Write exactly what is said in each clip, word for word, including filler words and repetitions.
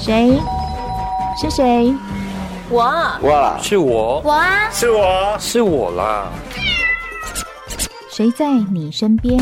谁？是谁？ 我我是我我啊是我是我啦。 谁在你身边？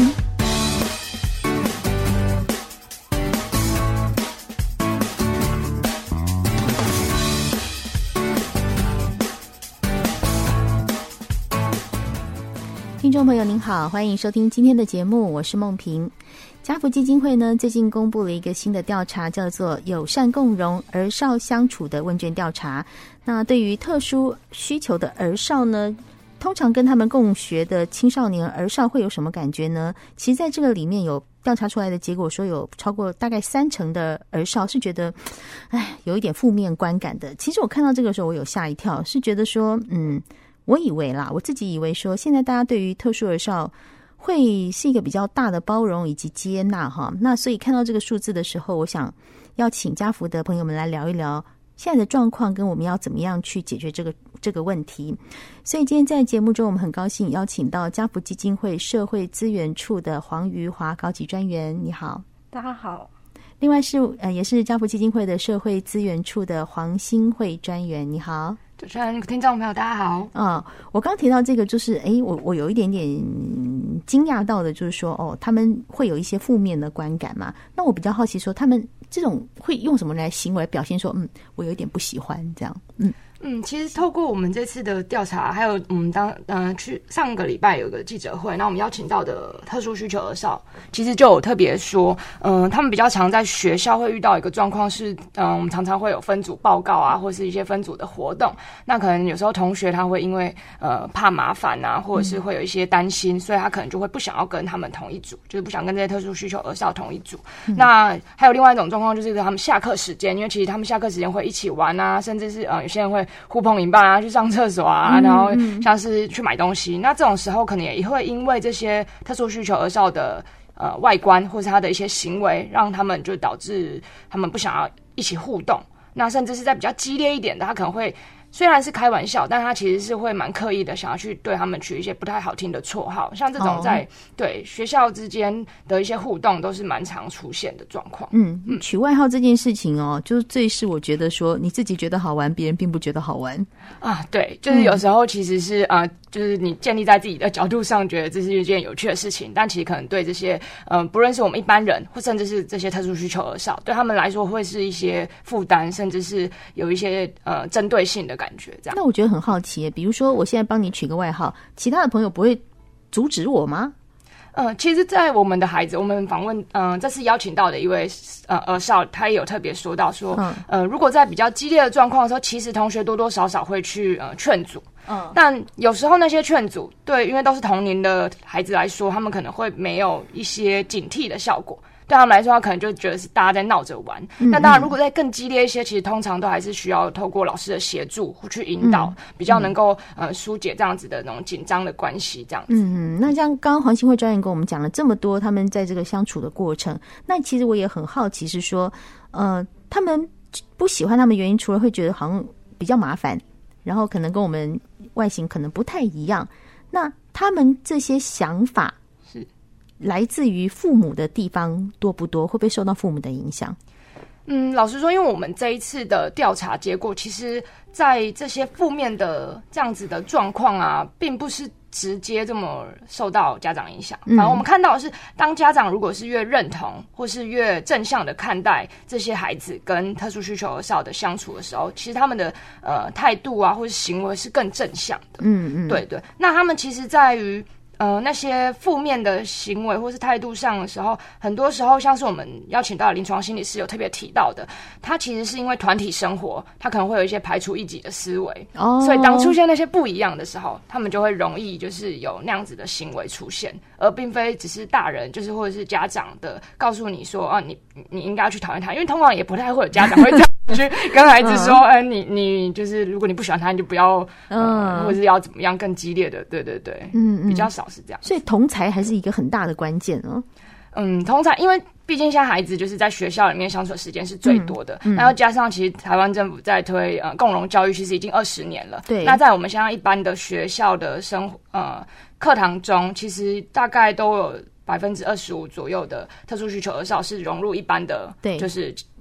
听众朋友您好，欢迎收听今天的节目，我是梦萍。家福基金会呢最近公布了一个新的调查，叫做友善共融儿少相处的问卷调查。那对于特殊需求的儿少呢，通常跟他们共学的青少年儿少会有什么感觉呢？其实在这个里面有调查出来的结果说，有超过大概三成的儿少是觉得哎有一点负面观感的。其实我看到这个时候我有吓一跳，是觉得说嗯我以为啦，我自己以为说现在大家对于特殊儿少会是一个比较大的包容以及接纳哈。那所以看到这个数字的时候，我想要请家福的朋友们来聊一聊现在的状况跟我们要怎么样去解决这个这个问题。所以今天在节目中，我们很高兴邀请到家福基金会社会资源处的黄瑜华高级专员。你好。 大家好。 另外是呃也是家福基金会的社会资源处的黄新慧专员。你好。 主持人、听众朋友，大家好。 嗯，我刚提到这个，就是哎，我我有一点点惊讶到的，就是说，哦，他们会有一些负面的观感嘛？那我比较好奇说，他们这种会用什么来行为表现说，嗯，我有一点不喜欢这样，嗯。 嗯，其实透过我们这次的调查，还有我们当嗯、呃、去上个礼拜有个记者会，那我们邀请到的特殊需求儿少，其实就有特别说，嗯、呃，他们比较常在学校会遇到一个状况是，嗯、呃，我们常常会有分组报告啊，或是一些分组的活动，那可能有时候同学他会因为呃怕麻烦啊，或者是会有一些担心，嗯、所以他可能就会不想要跟他们同一组，就是不想跟这些特殊需求儿少同一组。嗯、那还有另外一种状况就是他们下课时间，因为其实他们下课时间会一起玩啊，甚至是呃有些人会呼朋引伴啊，去上厕所啊，然后像是去买东西。嗯、那这种时候，可能也会因为这些特殊需求儿少的呃外观，或是他的一些行为，让他们就导致他们不想要一起互动。那甚至是在比较激烈一点的，他可能会虽然是开玩笑，但他其实是会蛮刻意的，想要去对他们取一些不太好听的绰号。像这种在、哦、对学校之间的一些互动，都是蛮常出现的状况。 嗯，嗯取外号这件事情哦，就是最是我觉得说你自己觉得好玩，别人并不觉得好玩啊。对，就是有时候其实是啊、嗯呃，就是你建立在自己的角度上，觉得这是一件有趣的事情，但其实可能对这些嗯、呃，不论是我们一般人，或甚至是这些特殊需求儿少，对他们来说会是一些负担，甚至是有一些呃针对性的感觉。这样， 那我觉得很好奇，比如说我现在帮你取个外号，其他的朋友不会阻止我吗？ 呃，其实，在我们的孩子，我们访问，嗯、呃，这次邀请到的一位呃儿少，他也有特别说到说，嗯、呃，如果在比较激烈的状况的时候，其实同学多多少少会去呃劝阻，嗯，但有时候那些劝阻，对，因为都是同龄的孩子来说，他们可能会没有一些警惕的效果。对他们来说，他可能就觉得是大家在闹着玩。嗯嗯那当然，如果再更激烈一些，其实通常都还是需要透过老师的协助去引导，嗯、比较能够呃疏解这样子的那种紧张的关系。这样子。 嗯嗯，那像刚刚黄新慧专员跟我们讲了这么多，他们在这个相处的过程，那其实我也很好奇，是说，呃，他们不喜欢他们原因，除了会觉得好像比较麻烦，然后可能跟我们外形可能不太一样，那他们这些想法。来自于父母的地方多不多？会不会受到父母的影响？ 嗯，老实说，因为我们这一次的调查结果，其实在这些负面的这样子的状况啊，并不是直接这么受到家长影响。反正我们看到的是，当家长如果是越认同或是越正向的看待这些孩子跟特殊需求儿少的相处的时候，其实他们的呃态度啊或是行为是更正向的。嗯嗯，对对。那他们其实在于。呃，那些负面的行为或是态度上的时候，很多时候像是我们邀请到的临床心理师有特别提到的，他其实是因为团体生活，他可能会有一些排除异己的思维，哦，所以当出现那些不一样的时候，他们就会容易就是有那样子的行为出现，而并非只是大人就是或者是家长的告诉你说啊，你你应该要去讨厌他，因为通常也不太会有家长会这样去跟孩子说，哎、嗯，你你就是如果你不喜欢他，你就不要，嗯，或者是要怎么样更激烈的，对对对，嗯，比较少。是这样， 所以同侪还是一个很大的关键哦。 嗯，同侪，因为毕竟现在孩子就是在学校里面相处的时间是最多的，嗯嗯、然后加上其实台湾政府在推呃共融教育，其实已经二十年了。对，那在我们现在一般的学校的生活呃课堂中，其实大概都有百分之二十五左右的特殊需求儿少是融入一般的，对，就是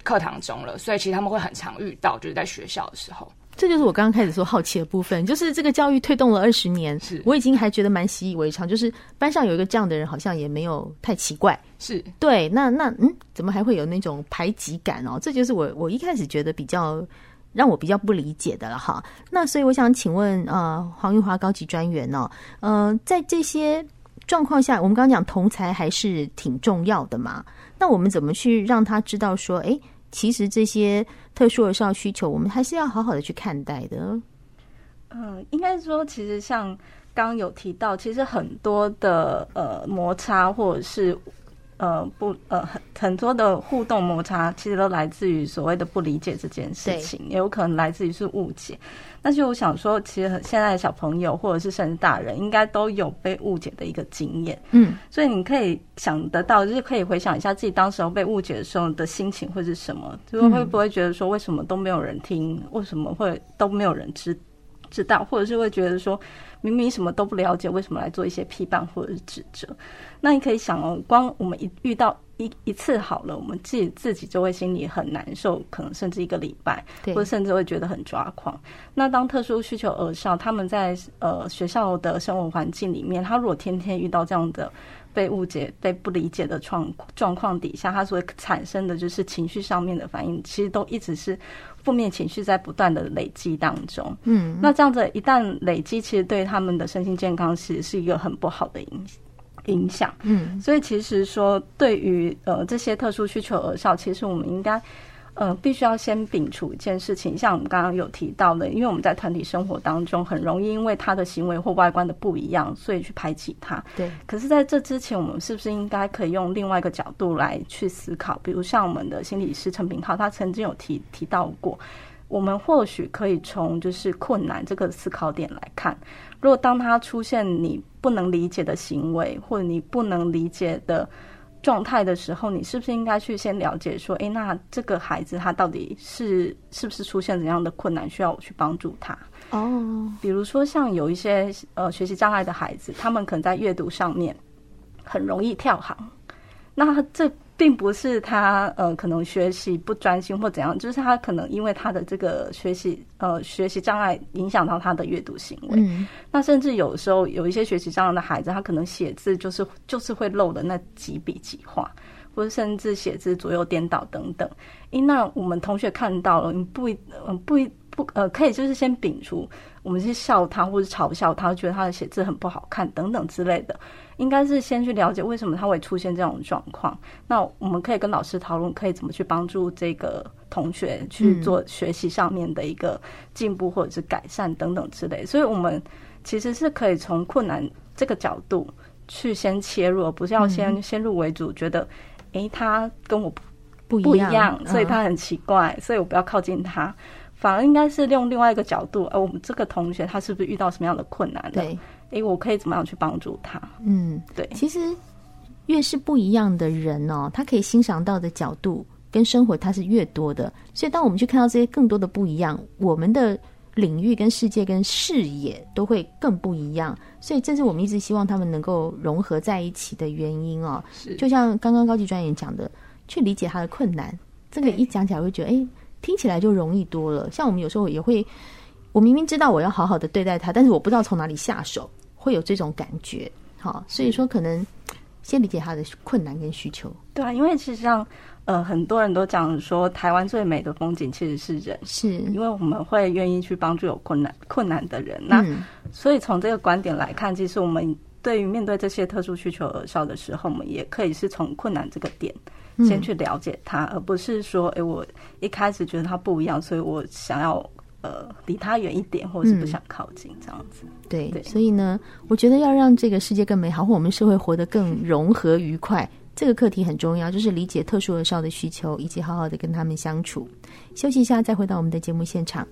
课堂中了，所以其实他们会很常遇到，就是在学校的时候。 这就是我刚刚开始说好奇的部分，就是这个教育推动了二十年， 是我已经还觉得蛮习以为常，就是班上有一个这样的人，好像也没有太奇怪。 是对，那那嗯，怎么还会有那种排挤感哦？这就是我我一开始觉得比较让我比较不理解的了哈。那所以我想请问呃黄玉华高级专员哦，呃在这些状况下，我们刚刚讲同才还是挺重要的嘛，那我们怎么去让他知道说，哎，其实这些特殊儿少需求我们还是要好好的去看待的。 嗯，应该说其实像刚刚有提到，其实很多的呃摩擦或者是呃不呃很很多的互动摩擦，其实都来自于所谓的不理解这件事情，也有可能来自于是误解。但是我想说，其实现在的小朋友或者是甚至大人，应该都有被误解的一个经验。嗯，所以你可以想得到，就是可以回想一下自己当时候被误解的时候的心情会是什么，就是会不会觉得说，为什么都没有人听，为什么会都没有人知知道，或者是会觉得说，明明什么都不了解，为什么来做一些批判或者是指责？那你可以想哦，光我们一遇到一一次好了，我们自己自己就会心里很难受，可能甚至一个礼拜，或者甚至会觉得很抓狂。那当特殊需求儿少他们在呃学校的生活环境里面，他如果天天遇到这样的被误解、被不理解的状状况底下，他所产生的就是情绪上面的反应，其实都一直是负面情绪在不断的累积当中。嗯，那这样子一旦累积，其实对他们的身心健康其实是一个很不好的影响。影响，嗯，所以其实说对于呃这些特殊需求儿少，其实我们应该呃必须要先摒除一件事情，像我们刚刚有提到的，因为我们在团体生活当中很容易因为他的行为或外观的不一样，所以去排挤他。对，可是在这之前，我们是不是应该可以用另外一个角度来去思考？比如像我们的心理师陈炳浩，他曾经有提提到过。我们或许可以从就是困难这个思考点来看，如果当他出现你不能理解的行为或者你不能理解的状态的时候，你是不是应该去先了解说，诶，那这个孩子他到底是是不是出现怎样的困难需要我去帮助他？哦，比如说像有一些呃学习障碍的孩子，他们可能在阅读上面很容易跳行，那这并不是他呃可能学习不专心或怎样，就是他可能因为他的这个学习呃学习障碍影响到他的阅读行为。嗯，那甚至有时候有一些学习障碍的孩子，他可能写字就是就是会漏的那几笔几画，或者甚至写字左右颠倒等等。诶，那我们同学看到了，你不呃不不呃可以就是先摒除我们去笑他或者嘲笑他，觉得他的写字很不好看等等之类的。应该是先去了解为什么他会出现这种状况，那我们可以跟老师讨论可以怎么去帮助这个同学去做学习上面的一个进步或者是改善等等之类，所以我们其实是可以从困难这个角度去先切入，而不是要先、嗯、先入为主，觉得诶他跟我不一样, 不一样所以他很奇怪、嗯、所以我不要靠近他，反而应该是用另外一个角度，而我们这个同学他是不是遇到什么样的困难的，对，诶，我可以怎么样去帮助他？嗯，对。 其实越是不一样的人哦，他可以欣赏到的角度跟生活他是越多的，所以当我们去看到这些更多的不一样，我们的领域跟世界跟视野都会更不一样，所以这是我们一直希望他们能够融合在一起的原因哦。是，就像刚刚高级专员讲的，去理解他的困难，这个一讲起来会觉得，哎，听起来就容易多了。像我们有时候也会，我明明知道我要好好的对待他，但是我不知道从哪里下手，会有这种感觉。好，所以说可能先理解他的困难跟需求。 对啊，因为其实上呃很多人都讲说台湾最美的风景其实是人，是因为我们会愿意去帮助有困难困难的人。那、嗯、所以从这个观点来看，其实我们对于面对这些特殊需求儿少的时候，我们也可以是从困难这个点先去了解他、嗯、而不是说诶我一开始觉得他不一样，所以我想要呃，离他远一点，或者是不想靠近、嗯、这样子。对， 对，所以呢，我觉得要让这个世界更美好，或我们社会活得更融合愉快，这个课题很重要，就是理解特殊儿少的需求，以及好好的跟他们相处。休息一下，再回到我们的节目现场。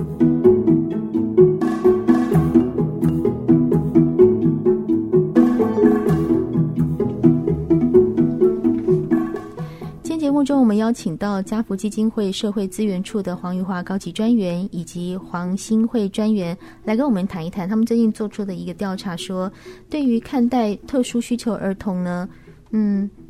节目中我们邀请到家福基金会社会资源处的黄玉华高级专员以及黄新慧专员来跟我们谈一谈他们最近做出的一个调查，说对于看待特殊需求儿童呢，嗯，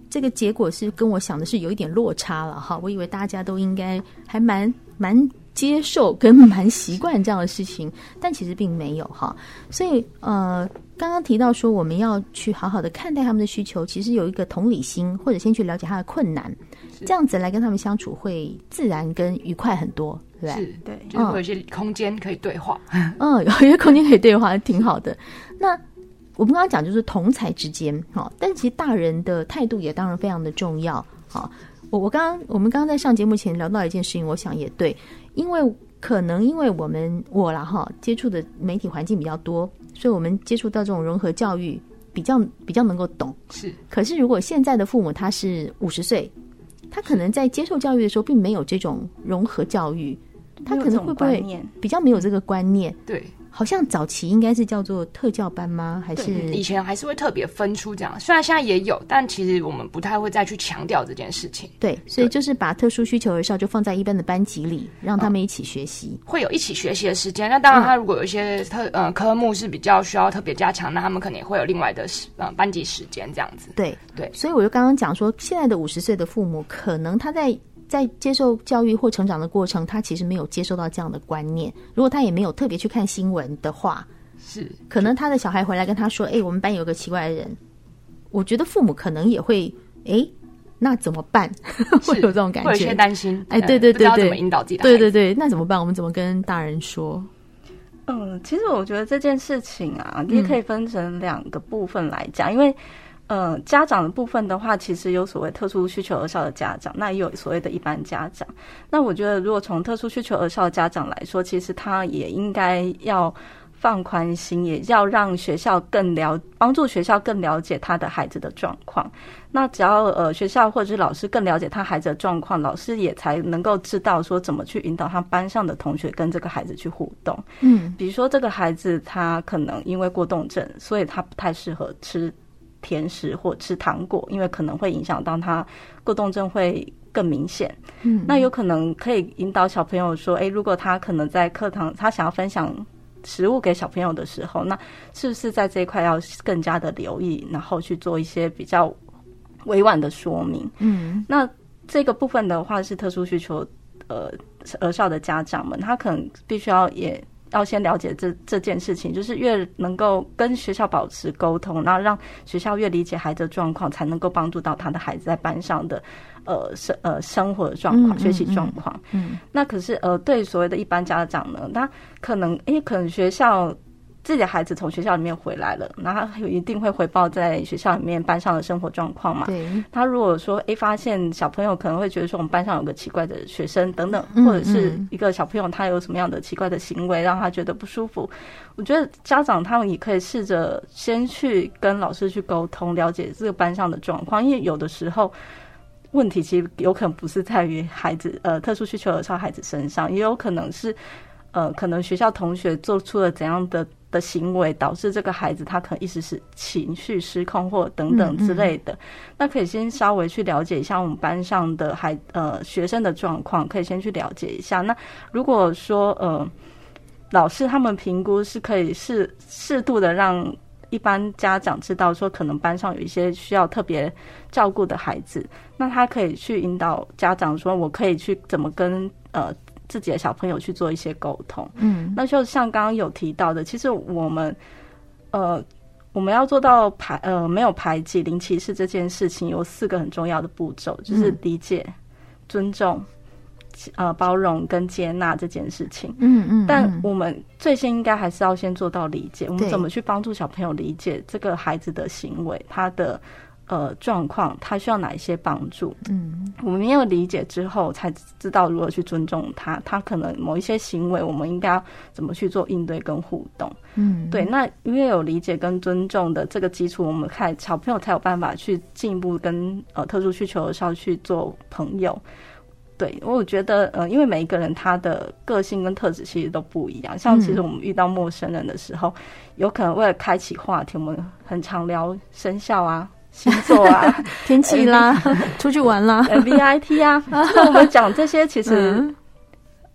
这个结果是跟我想的是有一点落差了哈。我以为大家都应该还蛮蛮接受跟蛮习惯这样的事情，但其实并没有哈。所以呃，刚刚提到说我们要去好好的看待他们的需求，其实有一个同理心，或者先去了解他的困难，这样子来跟他们相处会自然跟愉快很多，对不对？ 是， 对， 就是会有一些空间可以对话。 嗯，有一些空间可以对话，挺好的。那我们刚刚讲就是同才之间，哈，但其实大人的态度也当然非常的重要，哈。我我刚刚我们刚刚在上节目前聊到一件事情，我想也对，因为可能因为我们我啦哈接触的媒体环境比较多，所以我们接触到这种融合教育比较比较能够懂。 是， 可是如果现在的父母他是五十岁，他可能在接受教育的时候并没有这种融合教育，他可能会不会比较没有这个观念？ 对。 好像早期应该是叫做特教班吗？还是以前还是会特别分出这样？虽然现在也有，但其实我们不太会再去强调这件事情。 对，所以就是把特殊需求儿少就放在一般的班级里，让他们一起学习，嗯、 会有一起学习的时间。那当然，他如果有一些特呃科目是比较需要特别加强，那他们可能也会有另外的呃班级时间这样子。 对对， 所以我就刚刚讲说，现在的五十岁的父母，可能他在。在接受教育或成长的过程，他其实没有接受到这样的观念。如果他也没有特别去看新闻的话， 是可能他的小孩回来跟他说：“哎、欸，我们班有个奇怪的人。”我觉得父母可能也会，哎、欸，那怎么办？会有这种感觉， 会有一些担心。 哎、欸，对对对对， 不知道怎么引导自己的孩子。 对对对，那怎么办？我们怎么跟大人说？ 嗯，其实我觉得这件事情啊，也可以分成两个部分来讲，嗯、因为。呃，家长的部分的话，其实有所谓特殊需求儿少的家长，那也有所谓的一般家长。那我觉得，如果从特殊需求儿少的家长来说，其实他也应该要放宽心，也要让学校更了，帮助学校更了解他的孩子的状况。那只要呃学校或者是老师更了解他孩子的状况，老师也才能够知道说怎么去引导他班上的同学跟这个孩子去互动。嗯，比如说这个孩子他可能因为过动症，所以他不太适合吃甜食或吃糖果，因为可能会影响到他过动症会更明显。嗯，那有可能可以引导小朋友说，哎，如果他可能在课堂他想要分享食物给小朋友的时候，那是不是在这一块要更加的留意，然后去做一些比较委婉的说明。嗯，那这个部分的话是特殊需求呃儿少的家长们，他可能必须要也要先了解这这件事情，就是越能够跟学校保持沟通，然后让学校越理解孩子的状况，才能够帮助到他的孩子在班上的呃生呃生活的状况、嗯、学习状况。嗯，那可是呃对所谓的一般家长呢，他可能诶可能学校自己的孩子从学校里面回来了，然后他一定会回报在学校里面班上的生活状况嘛。对，他如果说诶发现小朋友可能会觉得说我们班上有个奇怪的学生等等，或者是一个小朋友他有什么样的奇怪的行为让他觉得不舒服，我觉得家长他们也可以试着先去跟老师去沟通，了解这个班上的状况，因为有的时候问题其实有可能不是在于孩子呃特殊需求儿少孩子身上，也有可能是呃可能学校同学做出了怎样的的行为，导致这个孩子他可能一时是情绪失控或等等之类的。嗯嗯，那可以先稍微去了解一下我们班上的孩呃学生的状况，可以先去了解一下。那如果说呃老师他们评估是可以适适度的让一般家长知道说可能班上有一些需要特别照顾的孩子，那他可以去引导家长说我可以去怎么跟呃自己的小朋友去做一些沟通。嗯，那就像刚刚有提到的，其实我们呃我们要做到排呃没有排挤零歧视这件事情，有四个很重要的步骤，就是理解、嗯、尊重、呃包容跟接纳这件事情。嗯 嗯, 嗯，但我们最先应该还是要先做到理解，我们怎么去帮助小朋友理解这个孩子的行为，他的呃状况，他需要哪一些帮助。嗯，我们没有理解之后才知道如何去尊重他，他可能某一些行为我们应该要怎么去做应对跟互动。嗯，对，那因为有理解跟尊重的这个基础，我们看小朋友才有办法去进一步跟呃特殊需求儿少去做朋友。对，我觉得呃因为每一个人他的个性跟特质其实都不一样，像其实我们遇到陌生人的时候、嗯、有可能为了开启话题，我们很常聊生肖啊、星座啊、 天气啦、出去玩啦、 V I T 啊，就是我们讲这些其实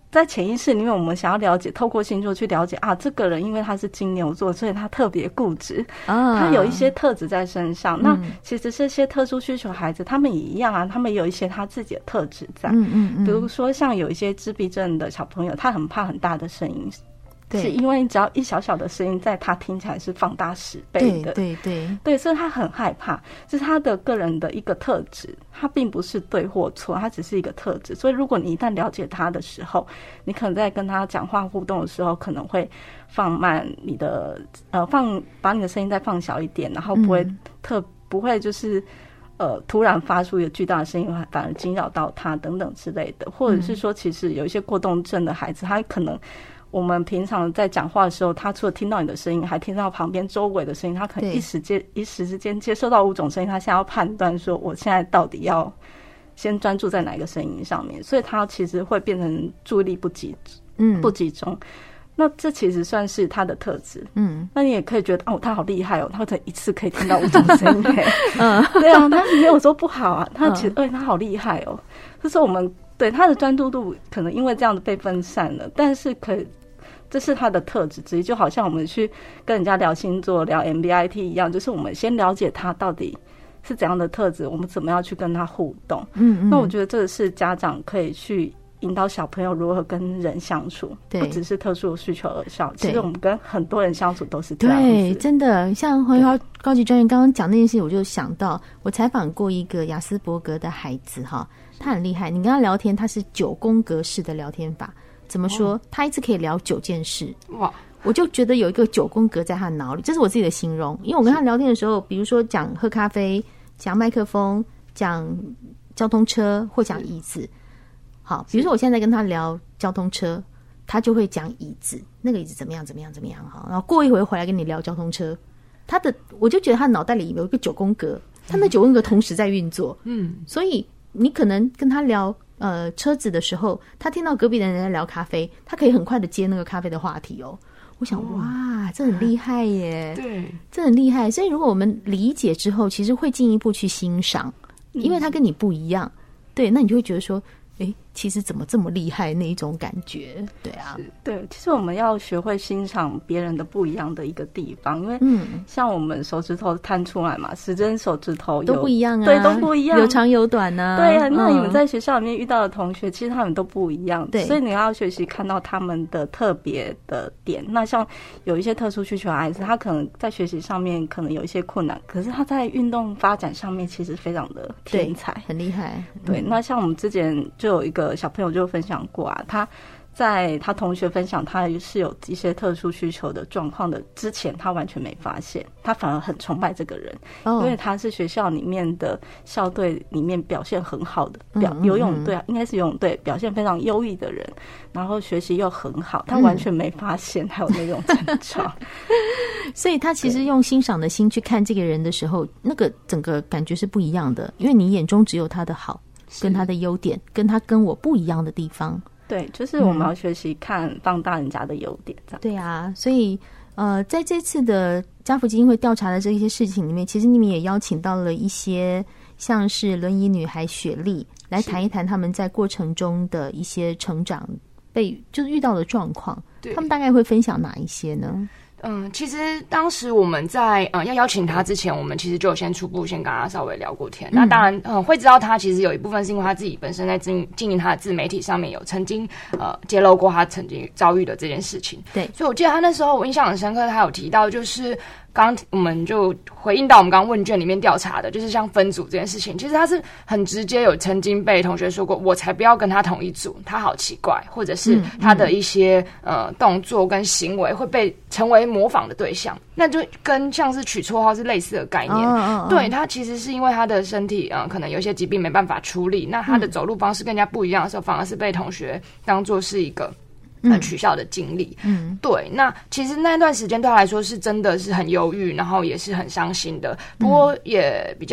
在潜意识里面，我们想要了解，透过星座去了解啊，这个人因为他是金牛座，所以他特别固执，啊，他有一些特质在身上。嗯、那其实这些特殊需求孩子，他们也一样啊，他们有一些他自己的特质在。嗯嗯嗯。比如说像有一些自闭症的小朋友，他很怕很大的声音。对，是因为只要一小小的声音，在他听起来是放大十倍的， 对对对对，所以他很害怕，这是他的个人的一个特质，他并不是对或错，他只是一个特质。所以如果你一旦了解他的时候，你可能在跟他讲话互动的时候，可能会放慢你的呃放把你的声音再放小一点，然后不会特、嗯、不会就是呃突然发出一个巨大的声音，反而惊扰到他等等之类的，或者是说，其实有一些过动症的孩子，他可能。我们平常在讲话的时候，他除了听到你的声音，还听到旁边周围的声音，他可能一时间一时之间接受到五种声音，他现在要判断说，我现在到底要先专注在哪一个声音上面，所以他其实会变成注意力不集嗯不集中。那这其实算是他的特质，嗯，那你也可以觉得哦，他好厉害哦，他可以一次可以听到五种声音，嗯，对啊，他没有说不好啊，他其实哎、嗯，他好厉害哦，就是我们对他的专注度可能因为这样子被分散了，但是可以，这是他的特质之一，就好像我们去跟人家聊星座、聊 M B I T 一样，就是我们先了解他到底是怎样的特质，我们怎么样去跟他互动，嗯嗯，那我觉得这个是家长可以去引导小朋友如何跟人相处，不只是特殊的需求儿少，其实我们跟很多人相处都是这样子。 对，真的，像黄玉华高级专员刚刚讲那件事，我就想到我采访过一个亚斯伯格的孩子哈，他很厉害，你跟他聊天，他是九宫格式的聊天法。怎么说？他一次可以聊九件事。哇！我就觉得有一个九宫格在他脑里，这是我自己的形容。因为我跟他聊天的时候，比如说讲喝咖啡、讲麦克风、讲交通车或讲椅子。好，比如说我现在在跟他聊交通车，他就会讲椅子，那个椅子怎么样怎么样怎么样哈。然后过一会回来跟你聊交通车，他的我就觉得他脑袋里有一个九宫格，他那九宫格同时在运作。嗯，所以你可能跟他聊。呃，车子的时候，他听到隔壁的人在聊咖啡，他可以很快的接那个咖啡的话题哦。我想，哦、哇，这很厉害耶！对，这很厉害。所以，如果我们理解之后，其实会进一步去欣赏，因为他跟你不一样。嗯、对，那你就会觉得说，哎，其实怎么这么厉害那一种感觉？对啊， 对，其实我们要学会欣赏别人的不一样的一个地方，因为嗯，像我们手指头探出来嘛，时针手指头都不一样啊， 对，都不一样， 有长有短啊。 对啊，那你们在学校里面遇到的同学，嗯、其实他们都不一样，对，所以你要学习看到他们的特别的点。那像有一些特殊需求的孩子，他可能在学习上面可能有一些困难，可是他在运动发展上面其实非常的天才， 很厉害。 对，嗯、那像我们之前就有一个小朋友就分享过啊，他在他同学分享他是有一些特殊需求的状况的之前，他完全没发现，他反而很崇拜这个人，哦、因为他是学校里面的校队里面表现很好的，表嗯嗯嗯游泳队应该是游泳队表现非常优异的人，然后学习又很好，他完全没发现他有那种症状， 嗯、所以他其实用欣赏的心去看这个人的时候，那个整个感觉是不一样的，因为你眼中只有他的好。跟他的优点，跟他跟我不一样的地方， 对，就是我们要学习看放大人家的优点，这样。 对啊，所以呃，在这次的家福基金会调查的这些事情里面，其实你们也邀请到了一些像是轮椅女孩雪莉来谈一谈他们在过程中的一些成长，被就是遇到的状况，他们大概会分享哪一些呢？ 嗯，其实当时我们在呃要邀请他之前，我们其实就有先初步先跟他稍微聊过天。嗯、那当然，嗯，会知道他其实有一部分是因为他自己本身在经经营他的自媒体上面有曾经呃揭露过他曾经遭遇的这件事情。对，所以我记得他那时候我印象很深刻，他有提到就是。刚刚我们就回应到我们刚刚问卷里面调查的，就是像分组这件事情，其实他是很直接，有曾经被同学说过，我才不要跟他同一组，他好奇怪，或者是他的一些、嗯、呃动作跟行为会被成为模仿的对象，那就跟像是取绰号是类似的概念。哦哦哦对，他其实是因为他的身体呃可能有一些疾病没办法处理，那他的走路方式跟人家不一样的时候，反而是被同学当作是一个。呃，取笑的经历，嗯，对，那其实那段时间对他来说是真的是很忧郁，然后也是很伤心的。不过也比较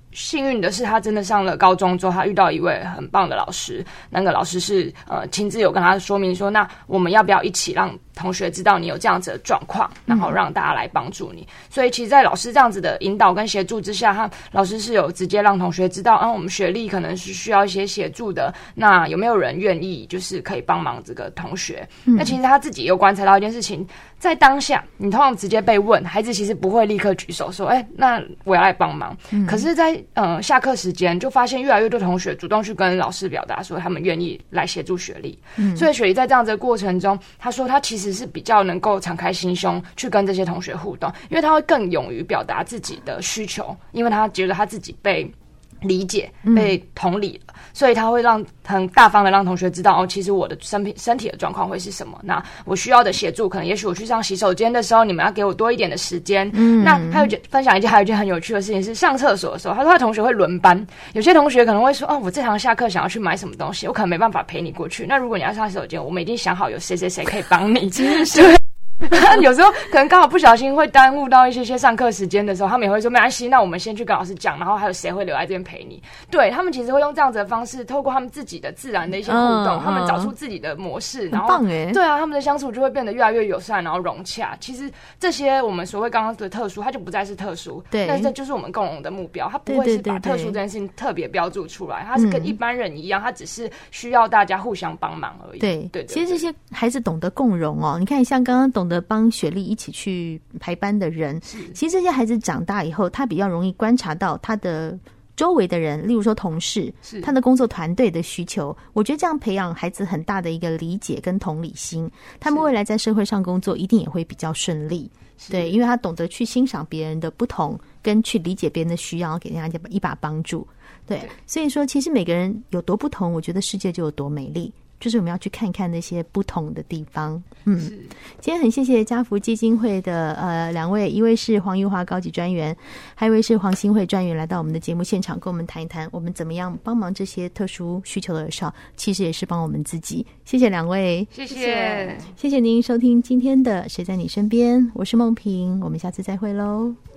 幸运的是，他真的上了高中之后，他遇到一位很棒的老师。那个老师是呃亲自有跟他说明说，那我们要不要一起让同学知道你有这样子的状况，然后让大家来帮助你。嗯、所以其实，在老师这样子的引导跟协助之下，他老师是有直接让同学知道，啊，我们学历可能是需要一些协助的。那有没有人愿意就是可以帮忙这个同学？嗯、那其实他自己也有观察到一件事情，在当下，你通常直接被问，孩子其实不会立刻举手说，哎、欸，那我要来帮忙。嗯、可是在，在呃下课时间，就发现越来越多同学主动去跟老师表达说，他们愿意来协助雪莉。嗯、所以雪莉在这样子的过程中，他说他其实是比较能够敞开心胸去跟这些同学互动，因为他会更勇于表达自己的需求，因为他觉得他自己被理解、被同理了，嗯、所以他会让很大方的让同学知道，哦，其实我的身体身体的状况会是什么。那我需要的协助，可能也许我去上洗手间的时候，你们要给我多一点的时间。嗯，那还有分享一件还有一件很有趣的事情是，上厕所的时候，他说他同学会轮班，有些同学可能会说，哦，我这堂下课想要去买什么东西，我可能没办法陪你过去。那如果你要上洗手间，我们已经想好有谁谁谁可以帮你。真是。有时候可能刚好不小心会耽误到一些些上课时间的时候，他们也会说没关系，那我们先去跟老师讲，然后还有谁会留在这边陪你。对，他们其实会用这样子的方式，透过他们自己的自然的一些互动，嗯、他们找出自己的模式，然后很棒耶， 对啊，他们的相处就会变得越来越友善，然后融洽。其实这些我们所谓刚刚的特殊，它就不再是特殊，对，但是这就是我们共同的目标，它不会是把特殊这件事情特别标注出来，它是跟一般人一样，它只是需要大家互相帮忙而已。 对 对, 对, 对，其实这些孩子懂得共融哦，你看像刚刚懂得帮雪莉一起去排班的人，其实这些孩子长大以后，他比较容易观察到他的周围的人，例如说同事，他的工作团队的需求。我觉得这样培养孩子很大的一个理解跟同理心，他们未来在社会上工作一定也会比较顺利。对，因为他懂得去欣赏别人的不同，跟去理解别人的需要，给人家一把帮助。对，对，所以说其实每个人有多不同，我觉得世界就有多美丽。就是我们要去看看那些不同的地方。嗯，今天很谢谢家福基金会的呃两位，一位是黄玉华高级专员，还有一位是黄新慧专员，来到我们的节目现场，跟我们谈一谈我们怎么样帮忙这些特殊需求的儿少，其实也是帮我们自己。谢谢两位， 谢谢， 谢谢您收听今天的谁在你身边，我是梦萍，我们下次再会喽。